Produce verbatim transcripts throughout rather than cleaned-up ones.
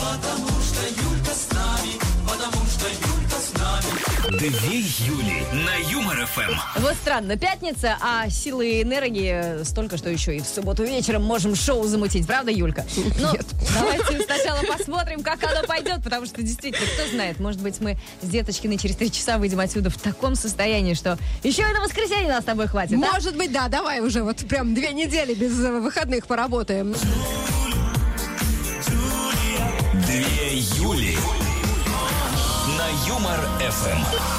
Потому что Юлька с нами, потому что Юлька с нами. Две Юли на Юмор ФМ. Вот странно, пятница, а силы и энергии столько, что еще и в субботу вечером можем шоу замутить, правда, Юлька? Ну, давайте сначала посмотрим, как оно пойдет, потому что действительно, кто знает, может быть, мы с Деточкиной через три часа выйдем отсюда в таком состоянии, что еще и на воскресенье нас с тобой хватит. Может да? быть, да, давай уже вот прям две недели без выходных поработаем. Две Юли на Юмор ФМ.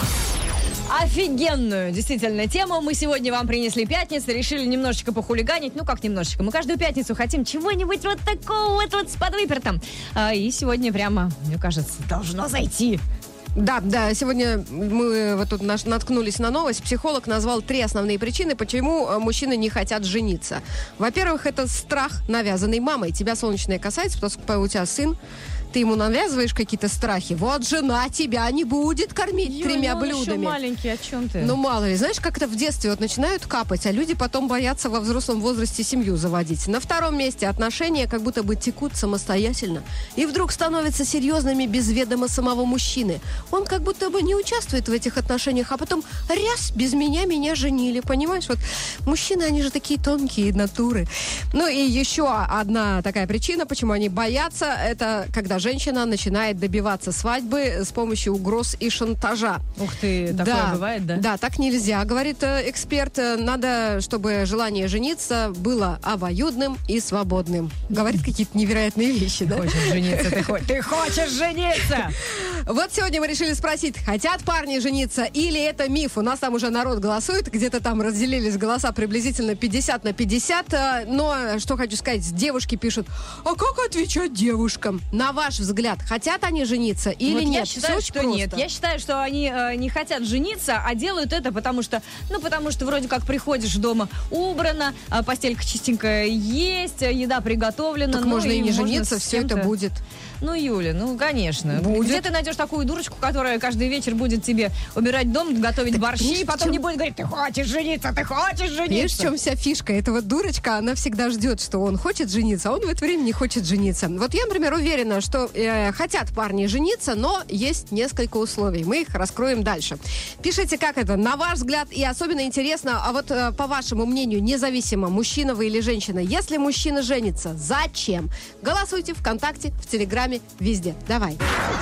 Офигенную, действительно, тему мы сегодня вам принесли пятницу, решили немножечко похулиганить, ну как немножечко, мы каждую пятницу хотим чего-нибудь вот такого вот, вот с подвыпертом, а, и сегодня прямо, мне кажется, должно зайти. Да, да, сегодня мы вот тут наш, наткнулись на новость. Психолог назвал три основные причины, почему мужчины не хотят жениться. Во-первых, это страх, навязанный мамой. Тебя, солнечное, касается, потому что у тебя сын, ты ему навязываешь какие-то страхи. Вот жена тебя не будет кормить Ё, тремя ну, блюдами. Он еще маленький, о чем ты? Ну, мало ли. Знаешь, как это в детстве вот начинают капать, а люди потом боятся во взрослом возрасте семью заводить. На втором месте отношения как будто бы текут самостоятельно. И вдруг становятся серьезными без ведома самого мужчины. Он как будто бы не участвует в этих отношениях, а потом раз, без меня меня женили. Понимаешь? Вот мужчины, они же такие тонкие натуры. Ну и еще одна такая причина, почему они боятся, это когда женщина начинает добиваться свадьбы с помощью угроз и шантажа. Ух ты, такое да, бывает, да? Да, так нельзя, говорит эксперт. Надо, чтобы желание жениться было обоюдным и свободным. Говорит какие-то невероятные вещи, да? Хочешь жениться, ты, хо- ты хочешь жениться! Вот сегодня мы решили спросить, хотят парни жениться или это миф? У нас там уже народ голосует, где-то там разделились голоса приблизительно пятьдесят на пятьдесят. Но, что хочу сказать, девушки пишут, а как отвечать девушкам? На ваш взгляд, хотят они жениться или вот нет? Я считаю, Все что нет. Я считаю, что они э, не хотят жениться, а делают это потому что, ну, потому что вроде как приходишь дома, убрано, э, постелька чистенькая есть, еда приготовлена. Так ну, можно и не можно жениться, все это будет. Ну, Юля, ну, конечно. Будет. Где ты найдешь такую дурочку, которая каждый вечер будет тебе убирать дом, готовить так, борщи, и потом чем... не будет говорить, ты хочешь жениться, ты хочешь жениться. Видишь, в чем вся фишка? Эта вот дурочка, она всегда ждет, что он хочет жениться, а он в это время не хочет жениться. Вот я, например, уверена, что э, хотят парни жениться, но есть несколько условий. Мы их раскроем дальше. Пишите, как это, на ваш взгляд, и особенно интересно, а вот э, по вашему мнению, независимо, мужчина вы или женщина, если мужчина женится, зачем? Голосуйте ВКонтакте, в Телеграме, везде. Давай.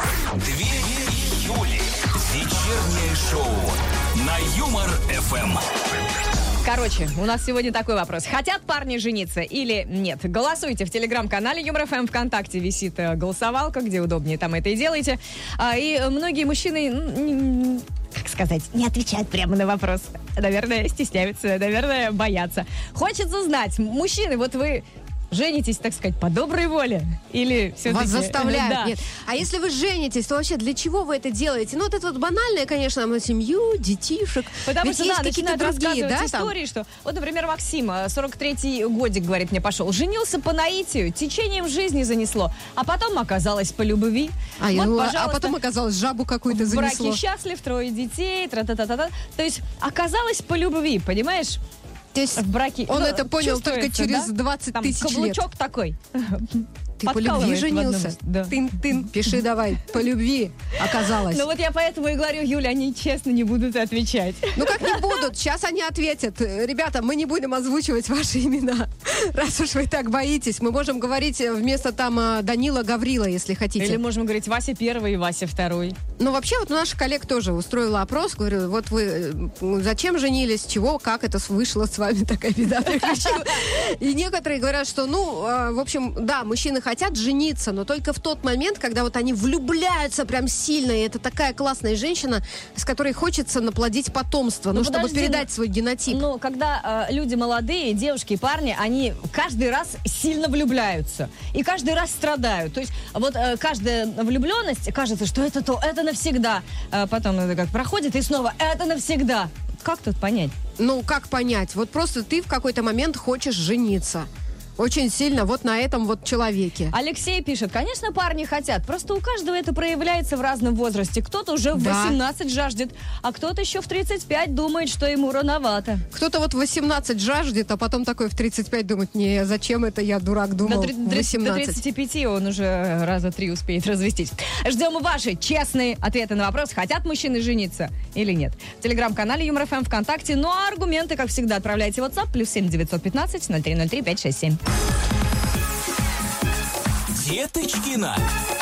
Две Юли. Вечернее шоу на Юмор ФМ. Короче, у нас сегодня такой вопрос. Хотят парни жениться или нет? Голосуйте в телеграм-канале Юмор ФМ, ВКонтакте висит голосовалка, где удобнее, там это и делайте. И многие мужчины, как сказать, не отвечают прямо на вопрос. Наверное, стесняются, наверное, боятся. Хочется знать, мужчины, вот вы... женитесь, так сказать, по доброй воле? Или все-таки... Вас заставляют? Да. Нет. А если вы женитесь, то вообще для чего вы это делаете? Ну, вот это вот банальное, конечно, на семью, детишек. Потому Ведь что, есть да, какие-то другие, да, истории, там? что... Вот, например, Максим, сорок третий годик, говорит, мне пошел. Женился по наитию, течением жизни занесло. А потом оказалось по любви. А, вот, ну, а потом оказалось, жабу какую-то занесло. В браке счастлив, трое детей, тра-та-та-та-та. То есть оказалось по любви, понимаешь? То есть в браке. он ну, это понял только через да? двадцать тысяч лет. Каблучок такой. Ты по любви женился? Да. Тын-тын, пиши давай. По любви оказалось. Ну вот я поэтому и говорю, Юля, они честно не будут отвечать. Ну как не будут? Сейчас они ответят. Ребята, мы не будем озвучивать ваши имена. Раз уж вы так боитесь. Мы можем говорить вместо там Данила Гаврила, если хотите. Или можем говорить Вася первый и Вася второй. Ну вообще вот у наших коллег тоже устроила опрос. Говорю, вот вы зачем женились? Чего? Как это вышло с вами? Такая беда приключилась. И некоторые говорят, что ну, в общем, да, мужчины хотят жениться, но только в тот момент, когда вот они влюбляются прям сильно, и это такая классная женщина, с которой хочется наплодить потомство, ну, ну чтобы подожди, передать свой генотип. Ну, когда э, люди молодые, девушки и парни, они каждый раз сильно влюбляются и каждый раз страдают. То есть вот э, каждая влюбленность, кажется, что это то, это навсегда. Э, потом это как проходит, и снова это навсегда. Как тут понять? Ну, как понять? Вот просто ты в какой-то момент хочешь жениться. Очень сильно вот на этом вот человеке. Алексей пишет, конечно, парни хотят, просто у каждого это проявляется в разном возрасте. Кто-то уже в Да. восемнадцать жаждет, а кто-то еще в тридцать пять думает, что ему рановато. Кто-то вот в восемнадцать жаждет, а потом такой в тридцать пять думает, не, зачем это я, дурак, думал, До, три- до восемнадцать. тридцати пяти он уже раза три успеет развестись. Ждем ваши честные ответы на вопрос, хотят мужчины жениться или нет. В телеграм-канале Юмор ФМ, ВКонтакте. Ну а аргументы, как всегда, отправляйте в WhatsApp плюс семь девятьсот пятнадцать ноль три ноль три пять шесть семь. Деточкина.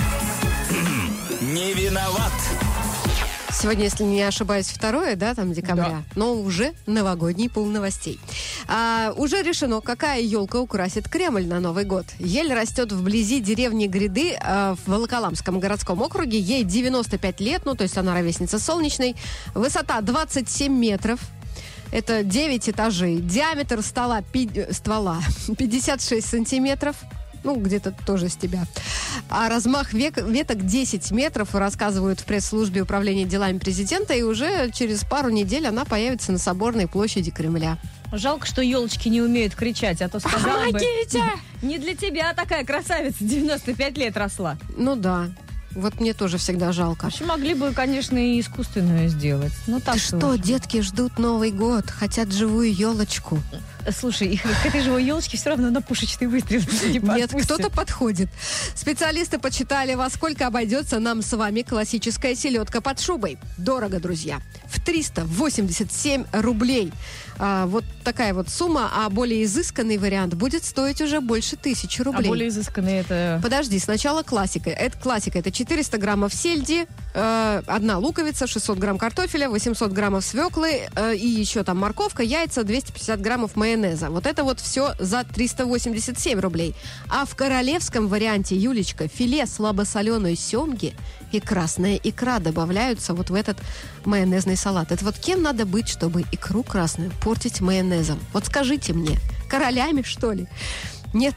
Не виноват. Сегодня, если не ошибаюсь, второе, да, там, декабря, Да. но уже новогодний пул новостей. А, уже решено, какая елка украсит Кремль на Новый год. Ель растет вблизи деревни Гряды а, в Волоколамском городском округе. Ей девяносто пять лет, ну, то есть она ровесница Солнечной. Высота двадцать семь метров. Это девять этажей. Диаметр стола, пи- ствола пятьдесят шесть сантиметров. Ну, где-то тоже с тебя. А размах век, веток десять метров, рассказывают в пресс-службе управления делами президента, и уже через пару недель она появится на Соборной площади Кремля. Жалко, что елочки не умеют кричать, а то сказала бы... Помогите! Не для тебя такая красавица, девяносто пять лет росла. Ну да, вот мне тоже всегда жалко. Вообще могли бы, конечно, и искусственную сделать. Ну так Ты что, уж. детки ждут Новый год, хотят живую елочку. Слушай, их к этой живой елочке все равно на пушечный выстрел не Нет, подпустят. кто-то подходит. Специалисты подсчитали, во сколько обойдется нам с вами классическая селедка под шубой. Дорого, друзья. В триста восемьдесят семь рублей. А, вот такая вот сумма, а более изысканный вариант будет стоить уже больше тысячи А рублей. более изысканные это... Подожди, сначала классика. Это классика. Это четыреста граммов сельди, э, одна луковица, шестьсот грамм картофеля, восемьсот граммов свеклы э, и еще там морковка, яйца, двести пятьдесят граммов майонеза. Вот это вот все за триста восемьдесят семь рублей. А в королевском варианте, Юлечка, филе слабосоленой семги и красная икра добавляются вот в этот майонезный салат. Это вот кем надо быть, чтобы икру красную портить майонезом? Вот скажите мне, королями, что ли? Нет,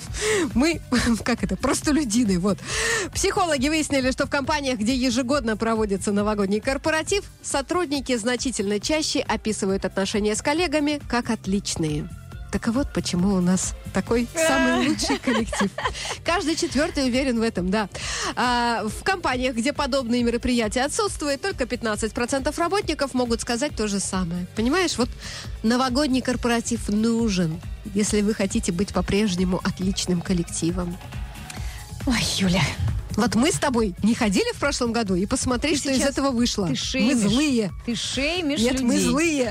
мы, как это, простолюдины, вот. Психологи выяснили, что в компаниях, где ежегодно проводится новогодний корпоратив, сотрудники значительно чаще описывают отношения с коллегами как отличные. Так вот, почему у нас такой самый лучший коллектив. Каждый четвертый уверен в этом, да. А, в компаниях, где подобные мероприятия отсутствуют, только пятнадцать процентов работников могут сказать то же самое. Понимаешь, вот новогодний корпоратив нужен, если вы хотите быть по-прежнему отличным коллективом. Ой, Юля, Вот мы с тобой не ходили в прошлом году, и посмотри, Ты что из сейчас- этого вышло. ты Мы шеймишь. злые. ты шеймишь Нет, людей. мы злые.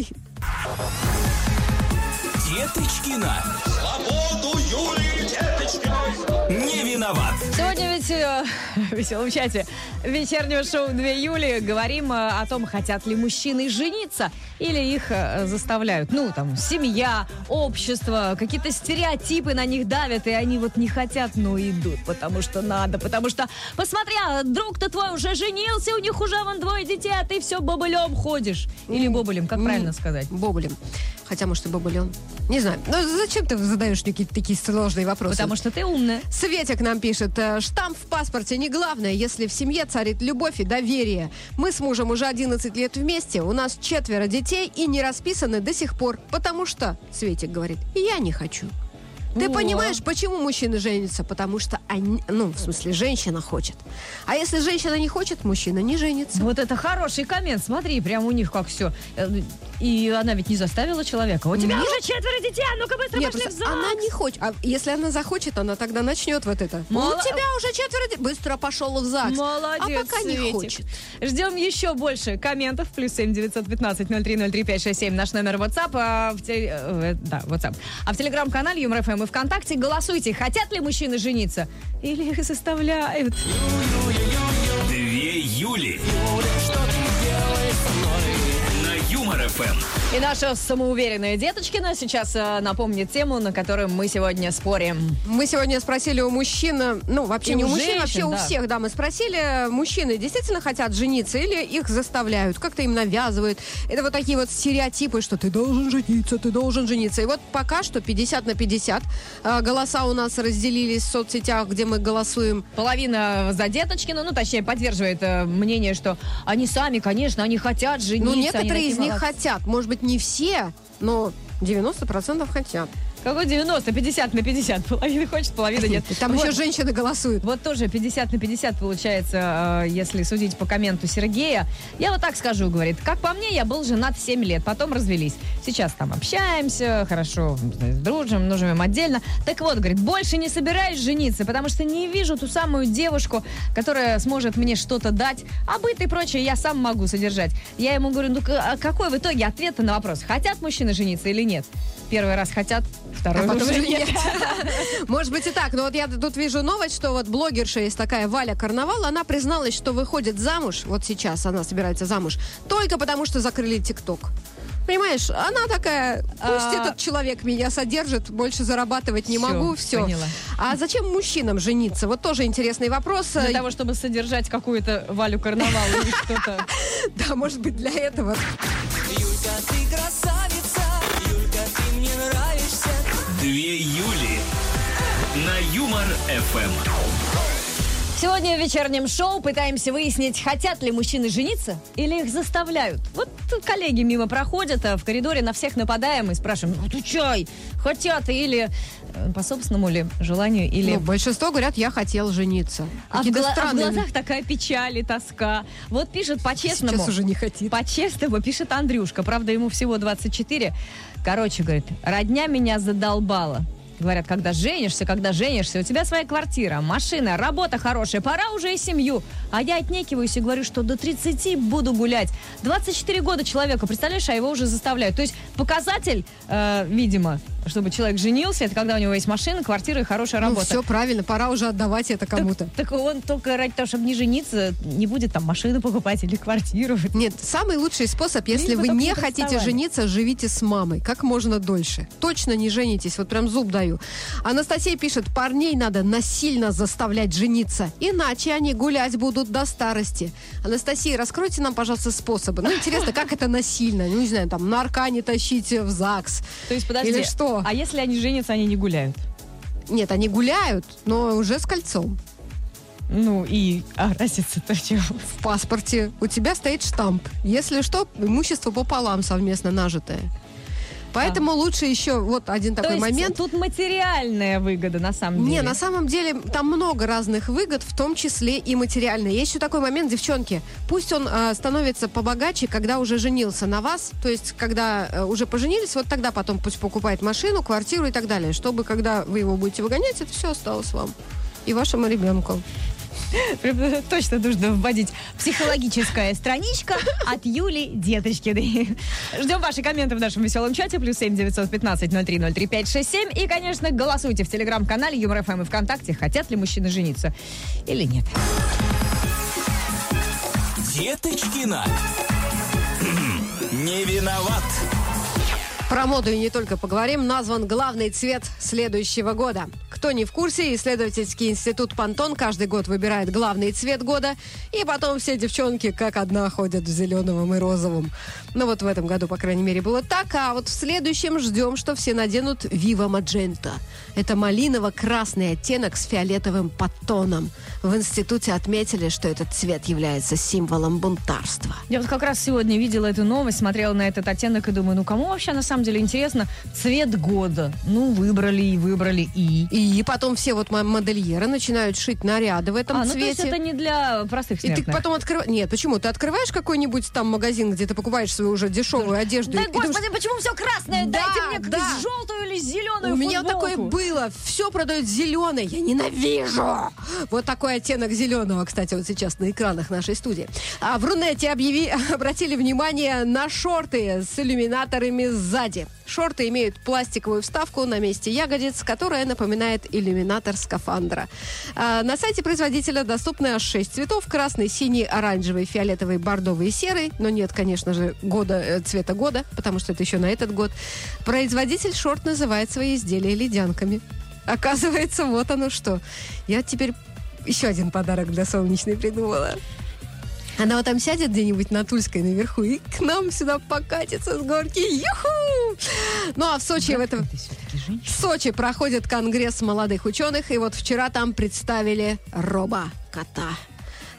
Деточкина. Свободу Юлии Деточкиной. Не виноват. Сегодня ведь э, в веселом чате вечернего шоу «две Юли» говорим э, о том, хотят ли мужчины жениться или их э, заставляют. Ну, там, семья, общество, какие-то стереотипы на них давят, и они вот не хотят, но идут, потому что надо, потому что, посмотри, а друг-то твой уже женился, у них уже вон двое детей, а ты все бобылем ходишь. Или бобылем, как М, правильно сказать? Бобылем. Хотя, может, и бобылем. Не знаю. Ну, зачем ты задаешь мне какие-то такие сложные вопросы? Потому что ты умная. Светик нам пишет, э, штамп в паспорте не главное, если в семье царит любовь и доверие. Мы с мужем уже одиннадцать лет вместе, у нас четверо детей и не расписаны до сих пор, потому что, Светик говорит, я не хочу. Ты О. понимаешь, почему мужчины женятся? Потому что они, ну, в смысле, женщина хочет. А если женщина не хочет, мужчина не женится. Вот это хороший коммент. Смотри, прям у них как все. И она ведь не заставила человека. У тебя Нет. уже четверо детей, а ну-ка быстро Нет, пошли в просто ЗАГС. она не хочет. А если она захочет, она тогда начнет вот это. Мало- У тебя уже четверо детей. Быстро пошел в ЗАГС. Молодец, А пока не Светик. хочет. Ждем еще больше комментов. Плюс семь девятьсот пятнадцать ноль три ноль три пять шесть семь. Наш номер WhatsApp. А в, те- э, да, WhatsApp. А в телеграм-канале Юмор ФМ и ВКонтакте голосуйте. Хотят ли мужчины жениться? Или их заставляют? Две Юли. На Юмор ФМ. И наша самоуверенная Деточкина сейчас э, напомнит тему, на которую мы сегодня спорим. Мы сегодня спросили у мужчин, ну, вообще И не у у мужчин, женщин, вообще у да. всех, да, мы спросили, мужчины действительно хотят жениться или их заставляют, как-то им навязывают. Это вот такие вот стереотипы, что ты должен жениться, ты должен жениться. И вот пока что пятьдесят на пятьдесят э, голоса у нас разделились в соцсетях, где мы голосуем. Половина за Деточкину, ну, точнее, поддерживает э, мнение, что они сами, конечно, они хотят жениться. Ну, они некоторые такие из них молодцы. хотят, может быть, не все, но девяносто процентов хотят. Какой девяносто? пятьдесят на пятьдесят. Половина хочет, половина нет. Там Вот. еще женщины голосуют. Вот тоже пятьдесят на пятьдесят получается, э, если судить по комменту Сергея. Я вот так скажу, говорит, как по мне, я был женат семь лет, потом развелись. Сейчас там общаемся, хорошо, дружим, нужим им отдельно. Так вот, говорит, больше не собираюсь жениться, потому что не вижу ту самую девушку, которая сможет мне что-то дать, а быт и прочее я сам могу содержать. Я ему говорю, ну а какой в итоге ответ на вопрос, хотят мужчины жениться или нет? Первый раз хотят, второй А потом уже уже нет. Может быть и так, но вот я тут вижу новость, что вот блогерша есть такая Валя Карнавал, она призналась, что выходит замуж, вот сейчас она собирается замуж, только потому что закрыли ТикТок. Понимаешь, она такая, пусть А... этот человек меня содержит, больше зарабатывать не Всё, могу, все. поняла. А зачем мужчинам жениться? Вот тоже интересный вопрос. Для того, чтобы содержать какую-то Валю Карнавал или что-то. Да, может быть, для этого. Юлька, ты красавица, Юлька, ты мне нравишься. Две Юли на Юмор эф эм. Сегодня в вечернем шоу пытаемся выяснить, хотят ли мужчины жениться или их заставляют. Вот коллеги мимо проходят, а в коридоре на всех нападаем и спрашиваем, отвечай, хотят или э, по собственному ли желанию, или... Ну, большинство говорят, я хотел жениться. а, в Какие-то гла- а в странные- глазах такая печаль и тоска. Вот пишет по-честному. Сейчас уже не хотит. По-честному пишет Андрюшка. Правда, ему всего двадцать четыре. Короче, говорит, родня меня задолбала. Говорят, когда женишься, когда женишься, у тебя своя квартира, машина, работа хорошая, пора уже и семью. А я отнекиваюсь и говорю, что до тридцати буду гулять. двадцать четыре года человеку, представляешь, а его уже заставляют. То есть показатель, э, видимо, чтобы человек женился, это когда у него есть машина, квартира и хорошая Ну, работа. все правильно, пора уже отдавать это кому-то. Так, так он только ради того, чтобы не жениться, не будет там машину покупать или квартиру. Нет, самый лучший способ, если Лишь бы вы только не не хотите доставали. жениться, живите с мамой как можно дольше. Точно не женитесь, вот прям зуб даю. Анастасия пишет, парней надо насильно заставлять жениться, иначе они гулять будут до старости. Анастасия, раскройте нам, пожалуйста, способы. Ну, интересно, как это насильно? Ну, не знаю, там, на аркане тащите в ЗАГС. То есть, подожди, Или что? а если они женятся, они не гуляют? Нет, они гуляют, но уже с кольцом. Ну и а разница-то в чем? В паспорте у тебя стоит штамп. Если что, имущество пополам совместно нажитое. Поэтому а. лучше еще вот один такой То есть момент. Тут материальная выгода на самом деле. Не, на самом деле там много разных выгод, в том числе и материальные. Есть еще такой момент, девчонки. Пусть он э, становится побогаче, когда уже женился на вас. То есть, когда э, уже поженились, вот тогда потом пусть покупает машину, квартиру и так далее. Чтобы, когда вы его будете выгонять, это все осталось вам и вашему ребенку. Точно нужно вводить психологическая страничка от Юли Деточкиной. Ждем ваши комменты в нашем веселом чате. Плюс семь девятьсот пятнадцать ноль три ноль три пять шесть семь. И, конечно, голосуйте в телеграм-канале Юмор ФМ и ВКонтакте. Хотят ли мужчины жениться или нет. Деточкина. Не виноват. Про моду и не только поговорим. Назван главный цвет следующего года. Кто не в курсе, исследовательский институт Пантон каждый год выбирает главный цвет года, и потом все девчонки как одна ходят в зеленом и розовом. Ну вот в этом году, по крайней мере, было так, а вот в следующем ждем, что все наденут Viva Magenta. Это малиново-красный оттенок с фиолетовым подтоном. В институте отметили, что этот цвет является символом бунтарства. Я вот как раз сегодня видела эту новость, смотрела на этот оттенок и думаю, ну кому вообще на самом деле интересно цвет года? Ну, выбрали и выбрали и... И потом все вот модельеры начинают шить наряды в этом а, ну цвете. то есть это не для простых И смертных. ты потом открываешь... Нет, почему? Ты открываешь какой-нибудь там магазин, где ты покупаешь свою уже дешевую одежду. Да, и господи, думаешь, почему все красное? Да, Дайте мне да. желтую или зеленую у меня футболку. такое было. Все продают зеленый. Я ненавижу. Вот такой оттенок зеленого, кстати, вот сейчас на экранах нашей студии. А в Рунете объяви... обратили внимание на шорты с иллюминаторами сзади. Шорты имеют пластиковую вставку на месте ягодиц, которая напоминает иллюминатор скафандра. А на сайте производителя доступны аж шесть цветов. Красный, синий, оранжевый, фиолетовый, бордовый и серый. Но нет, конечно же, года, э, цвета года, потому что это еще на этот год. Производитель шорт называет свои изделия ледянками. Оказывается, вот оно что. Я теперь еще один подарок для солнечной придумала. Она вот там сядет где-нибудь на Тульской наверху и к нам сюда покатится с горки. Юху! Ну а в Сочи в этом... В Сочи проходит конгресс молодых ученых, и вот вчера там представили робо-кота.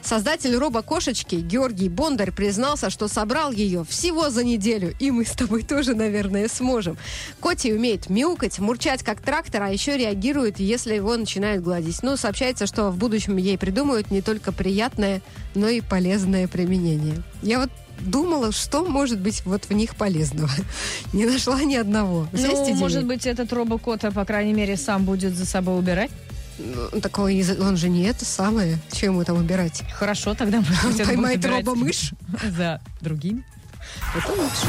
Создатель робокошечки Георгий Бондарь признался, что собрал ее всего за неделю, и мы с тобой тоже, наверное, сможем. Коти умеет мяукать, мурчать как трактор, а еще реагирует, если его начинают гладить. Ну, сообщается, что в будущем ей придумают не только приятное, но и полезное применение. Я вот думала, что может быть вот в них полезного. Не нашла ни одного. Ну, может быть, этот робокот, по крайней мере, сам будет за собой убирать? Ну, так он, он же не это самое. Что ему там убирать? Хорошо, тогда может быть, он поймает будет убирать робомышь за другим. Это лучше.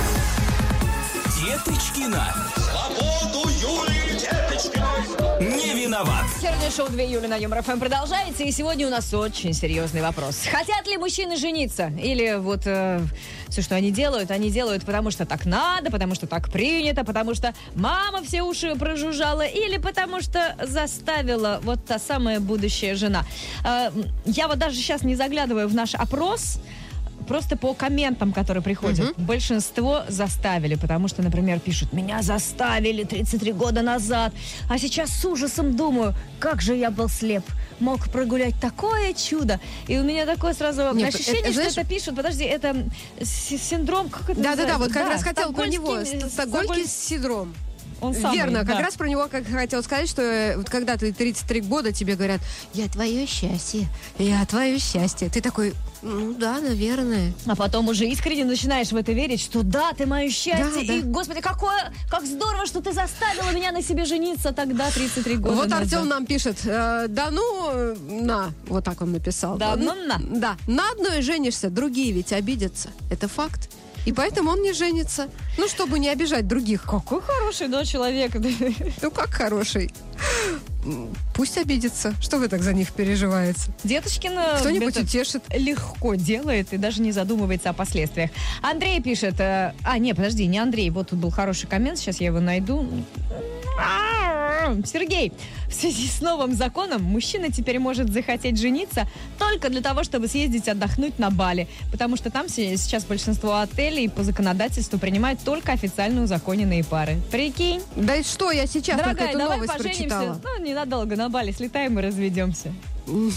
Деточкина. Свободу Юлии Деточкиной. Не виноват. Вечернее шоу две Юли на Юмор ФМ продолжается, и сегодня у нас очень серьезный вопрос. Хотят ли мужчины жениться? Или вот э, все, что они делают, они делают потому, что так надо, потому что так принято, потому что мама все уши прожужжала, или потому что заставила вот та самая будущая жена. Э, я вот даже сейчас не заглядываю в наш опрос, просто по комментам, которые приходят. Uh-huh. Большинство заставили, потому что, например, пишут: меня заставили тридцать три года назад, а сейчас с ужасом думаю, как же я был слеп. Мог прогулять такое чудо. И у меня такое сразу Нет, ощущение, это, что знаешь... это пишут, подожди, это синдром, как это называется? Да-да-да, вот как да, раз хотел про него, стокгольмский синдром. Он самый, Верно, как да. раз про него как хотел сказать, что вот когда ты тридцать три года, тебе говорят: я твое счастье, я твое счастье. Ты такой: ну да, наверное. А потом уже искренне начинаешь в это верить, что да, ты мое счастье. Да, и, да. господи, какое, как здорово, что ты заставила меня на себе жениться тогда, тридцать три года Вот назад. Артем нам пишет: э, да ну, на, вот так он написал. Да ну, на. Да, на одной женишься, другие ведь обидятся. Это факт. И поэтому он не женится. Ну, чтобы не обижать других. Какой хороший, да, человек. Ну, как хороший. Пусть обидится. Что вы так за них переживаете? Деточкина кто-нибудь утешит. Легко делает и даже не задумывается о последствиях. Андрей пишет... Э, а, не, подожди, не Андрей. Вот тут был хороший коммент, сейчас я его найду. Сергей, в связи с новым законом мужчина теперь может захотеть жениться только для того, чтобы съездить отдохнуть на Бали. Потому что там сейчас большинство отелей по законодательству принимают только официально узаконенные пары. Прикинь? Да и что, я сейчас Дорогая, только эту давай новость поженимся. прочитала. Ну, ненадолго на Бали слетаем и разведемся. Ну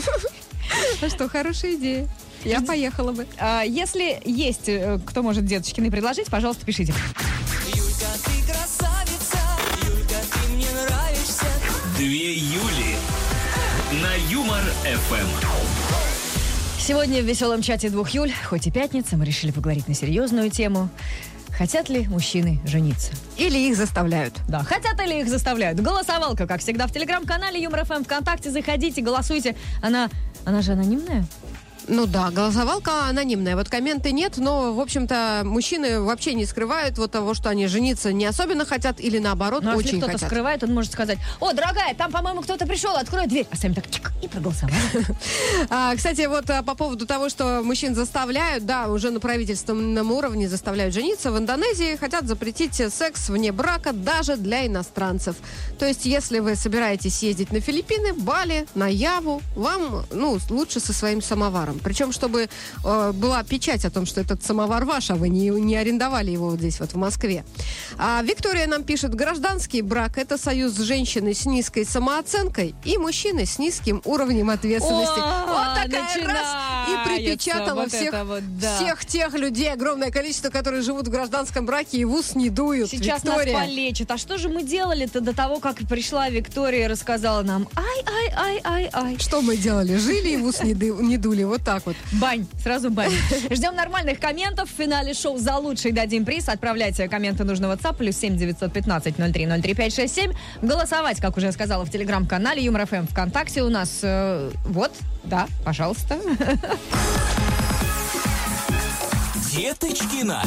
что, хорошая идея. Я поехала бы. А, если есть кто может Деточкиной предложить, пожалуйста, пишите. Юлька, ты красавица, Юлька, ты мне нравишься. Две Юли на Юмор ФМ. Сегодня в веселом чате двух Юль, хоть и пятница, мы решили поговорить на серьезную тему. Хотят ли мужчины жениться? Или их заставляют. Да, хотят или их заставляют. Голосовалка, как всегда, в телеграм-канале Юмор ФМ ВКонтакте. Заходите, голосуйте. Она, она же анонимная? Ну да, голосовалка анонимная. Вот комменты нет, но, в общем-то, мужчины вообще не скрывают вот того, что они жениться не особенно хотят или, наоборот, Ну, а очень если кто-то хотят. скрывает, он может сказать: о, дорогая, там, по-моему, кто-то пришел, открой дверь. А сами так чик, и проголосовали. А, кстати, вот а, по поводу того, что мужчин заставляют, да, уже на правительственном уровне заставляют жениться, в Индонезии хотят запретить секс вне брака даже для иностранцев. То есть, если вы собираетесь ездить на Филиппины, Бали, на Яву, вам, ну, лучше со своим самоваром. Причем, чтобы э, была печать о том, что этот самовар ваш, а вы не, не арендовали его вот здесь вот в Москве. А Виктория нам пишет: гражданский брак – это союз женщины с низкой самооценкой и мужчины с низким уровнем ответственности. О, вот такая раз и припечатала вот всех, вот, да. всех тех людей, огромное количество, которые живут в гражданском браке и в ус не дуют. Сейчас Виктория. нас полечат. А что же мы делали-то до того, как пришла Виктория и рассказала нам: ай-ай-ай-ай-ай. Что мы делали? Жили и в ус не, ду- не дули. Вот так вот. Бань, сразу бань. Ждем нормальных комментов. В финале шоу за лучший дадим приз. Отправляйте комменты нужного WhatsApp плюс семь девятьсот пятнадцать ноль три ноль три пять шесть семь. Голосовать, как уже я сказала, в телеграм-канале Юмор ФМ ВКонтакте у нас. Э, вот, да, пожалуйста. Деточкина.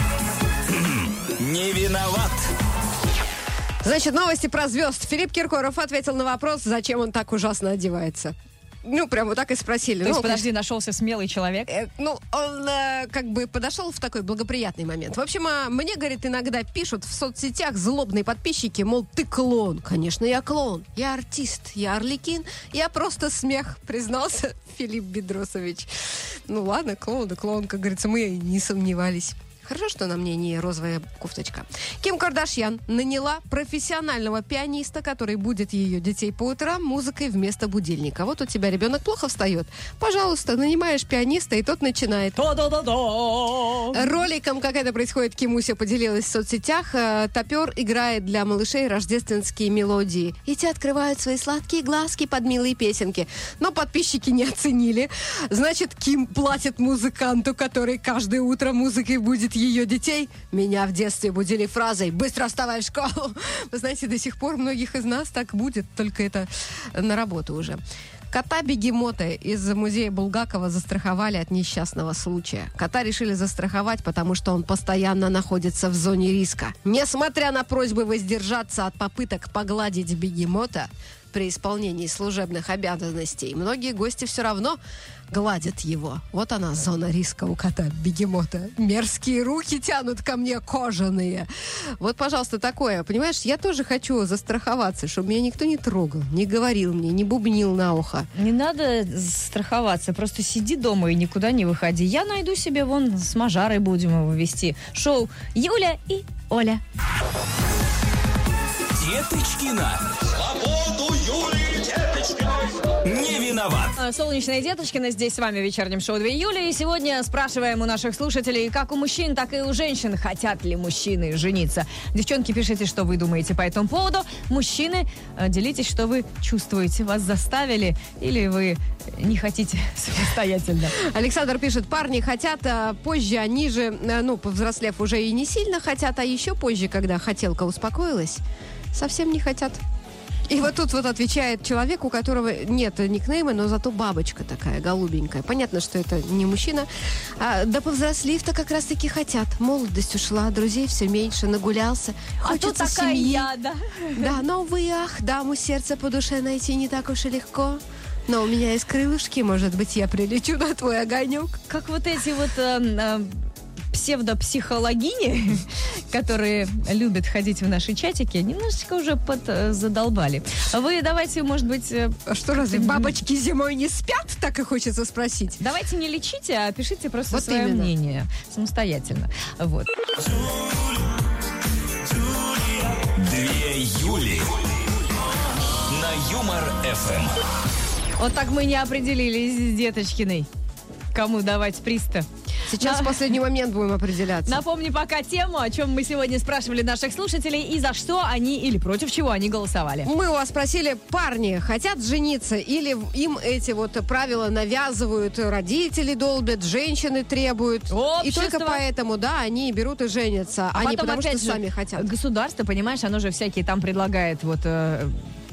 Не виноват. Значит, новости про звезд. Филипп Киркоров ответил на вопрос, зачем он так ужасно одевается. Ну, прям вот так и спросили. То есть, ну, подожди, нашелся смелый человек? Э, ну, он э, как бы подошел в такой благоприятный момент. В общем, а, мне, говорит, иногда пишут в соцсетях злобные подписчики, мол, ты клоун. Конечно, я клоун. Я артист, я Арлекин. Я просто смех, признался Филипп Бедросович. Ну, ладно, клоун, да клоун, как говорится, мы и не сомневались. Хорошо, что на мне не розовая кофточка. Ким Кардашьян наняла профессионального пианиста, который будет ее детей по утрам музыкой вместо будильника. Вот у тебя ребенок плохо встает. Пожалуйста, нанимаешь пианиста, и тот начинает. Роликом, как это происходит, Кимуся поделилась в соцсетях. Топер играет для малышей рождественские мелодии. И те открывают свои сладкие глазки под милые песенки. Но подписчики не оценили. Значит, Ким платит музыканту, который каждое утро музыкой будет ее детей. Меня в детстве будили фразой «Быстро вставай в школу». Вы знаете, до сих пор многих из нас так будет, только это на работу уже. Кота-бегемота из музея Булгакова застраховали от несчастного случая. Кота решили застраховать, потому что он постоянно находится в зоне риска. Несмотря на просьбы воздержаться от попыток погладить бегемота при исполнении служебных обязанностей, многие гости все равно гладят его. Вот она, зона риска у кота-бегемота. Мерзкие руки тянут ко мне, кожаные. Вот, пожалуйста, такое. Понимаешь, я тоже хочу застраховаться, чтобы меня никто не трогал, не говорил мне, не бубнил на ухо. Не надо страховаться, просто сиди дома и никуда не выходи. Я найду себе, вон, с Мажарой будем его вести. Шоу «Юля и Оля». Деточкина. Свободу Юлии Деточкиной. Не виноват. Солнечная Деточкина здесь с вами в вечернем шоу две июля. И сегодня спрашиваем у наших слушателей, как у мужчин, так и у женщин, хотят ли мужчины жениться. Девчонки, пишите, что вы думаете по этому поводу. Мужчины, делитесь, что вы чувствуете. Вас заставили или вы не хотите самостоятельно? Александр пишет, парни хотят, а позже они же, ну, повзрослев, уже и не сильно хотят, а еще позже, когда хотелка успокоилась, совсем не хотят. И вот тут вот отвечает человек, у которого нет никнейма, но зато бабочка такая голубенькая. Понятно, что это не мужчина. А, да повзрослев-то как раз-таки хотят. Молодость ушла, друзей все меньше, нагулялся. Хочется а тут такая семьи. я, да? Да, но, увы, ах, даму сердце по душе найти не так уж и легко. Но у меня есть крылышки, может быть, я прилечу на твой огонек. Как вот эти вот э, э, псевдопсихологини, которые любят ходить в наши чатики, немножечко уже подзадолбали. Вы давайте, может быть... э, А что, разве бабочки зимой не спят? Так и хочется спросить. Давайте не лечите, а пишите просто Вот свое именно. мнение самостоятельно. Вот. Две Юли. На Юмор-ФМ. Вот так мы не определились с Деточкиной. Кому давать приз-то? Сейчас Да. в последний момент будем определяться. Напомню пока тему, о чем мы сегодня спрашивали наших слушателей и за что они или против чего они голосовали. Мы у вас спросили, парни хотят жениться или им эти вот правила навязывают, родители долбят, женщины требуют. И Общество. только поэтому, да, они берут и женятся, а, не потом, потому что опять же, сами хотят. Государство, понимаешь, оно же всякие там предлагает вот... э,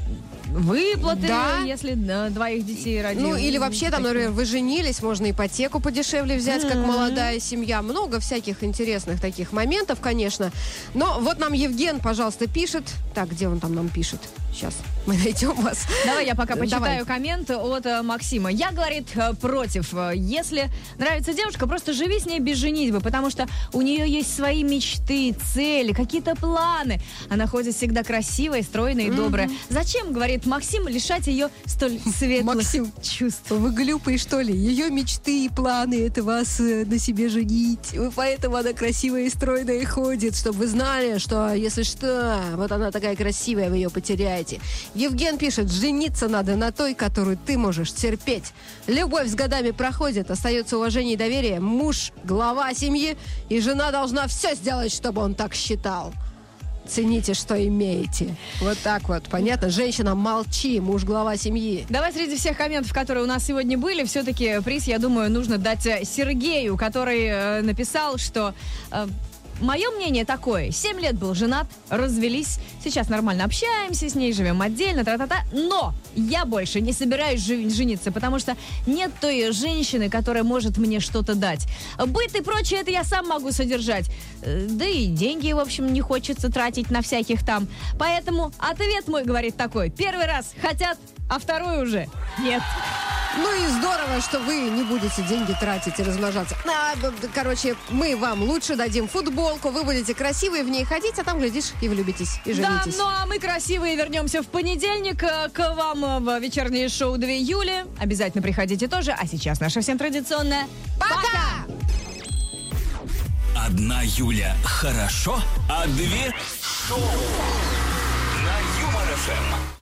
выплаты, Да. если э, двоих детей родил. Ну, или вообще, там, Такие. например, вы женились, можно ипотеку подешевле взять, как Мгм. молодая семья. Много всяких интересных таких моментов, конечно. Но вот нам Евген, пожалуйста, пишет. Так, где он там нам пишет? Сейчас мы найдем вас. Давай я пока Давай. почитаю коммент от э, Максима. Я, говорит, э, против. Э, Если нравится девушка, просто живи с ней без женитьбы, потому что у нее есть свои мечты, цели, какие-то планы. Она ходит всегда красивая, стройная и добрая. Зачем, говорит Максим, лишать ее столь светлых Максим, чувств? Вы глупые, что ли? Ее мечты и планы — это вас э, на себе женить. И поэтому она красивая и стройная и ходит, чтобы вы знали, что, если что, вот она такая красивая, вы ее потеряете. Евген пишет, жениться надо на той, которую ты можешь терпеть. Любовь с годами проходит, остается уважение и доверие. Муж — глава семьи, и жена должна все сделать, чтобы он так считал. Цените, что имеете. Вот так вот, понятно? Женщина, молчи, муж — глава семьи. Давай среди всех комментов, которые у нас сегодня были, все-таки приз, я думаю, нужно дать э, Сергею, который э, написал, что... э, Мое мнение такое. Семь лет был женат, развелись. Сейчас нормально общаемся с ней, живем отдельно, тра-та-та. Но я больше не собираюсь жи- жениться, потому что нет той женщины, которая может мне что-то дать. Быт и прочее, это я сам могу содержать. Э, Да и деньги, в общем, не хочется тратить на всяких там. Поэтому ответ мой, говорит, такой. Первый раз хотят, а второй уже нет. Ну и здорово, что вы не будете деньги тратить и размножаться. А, б- б- короче, мы вам лучше дадим футболку, вы будете красивые в ней ходить, а там, глядишь, и влюбитесь, и Да, женитесь. ну а мы красивые вернемся в понедельник э, к вам э, в вечернее шоу две июля. Обязательно приходите тоже. А сейчас наша всем традиционная Пока! Одна Юля хорошо, а две шоу на Юмор ФМ.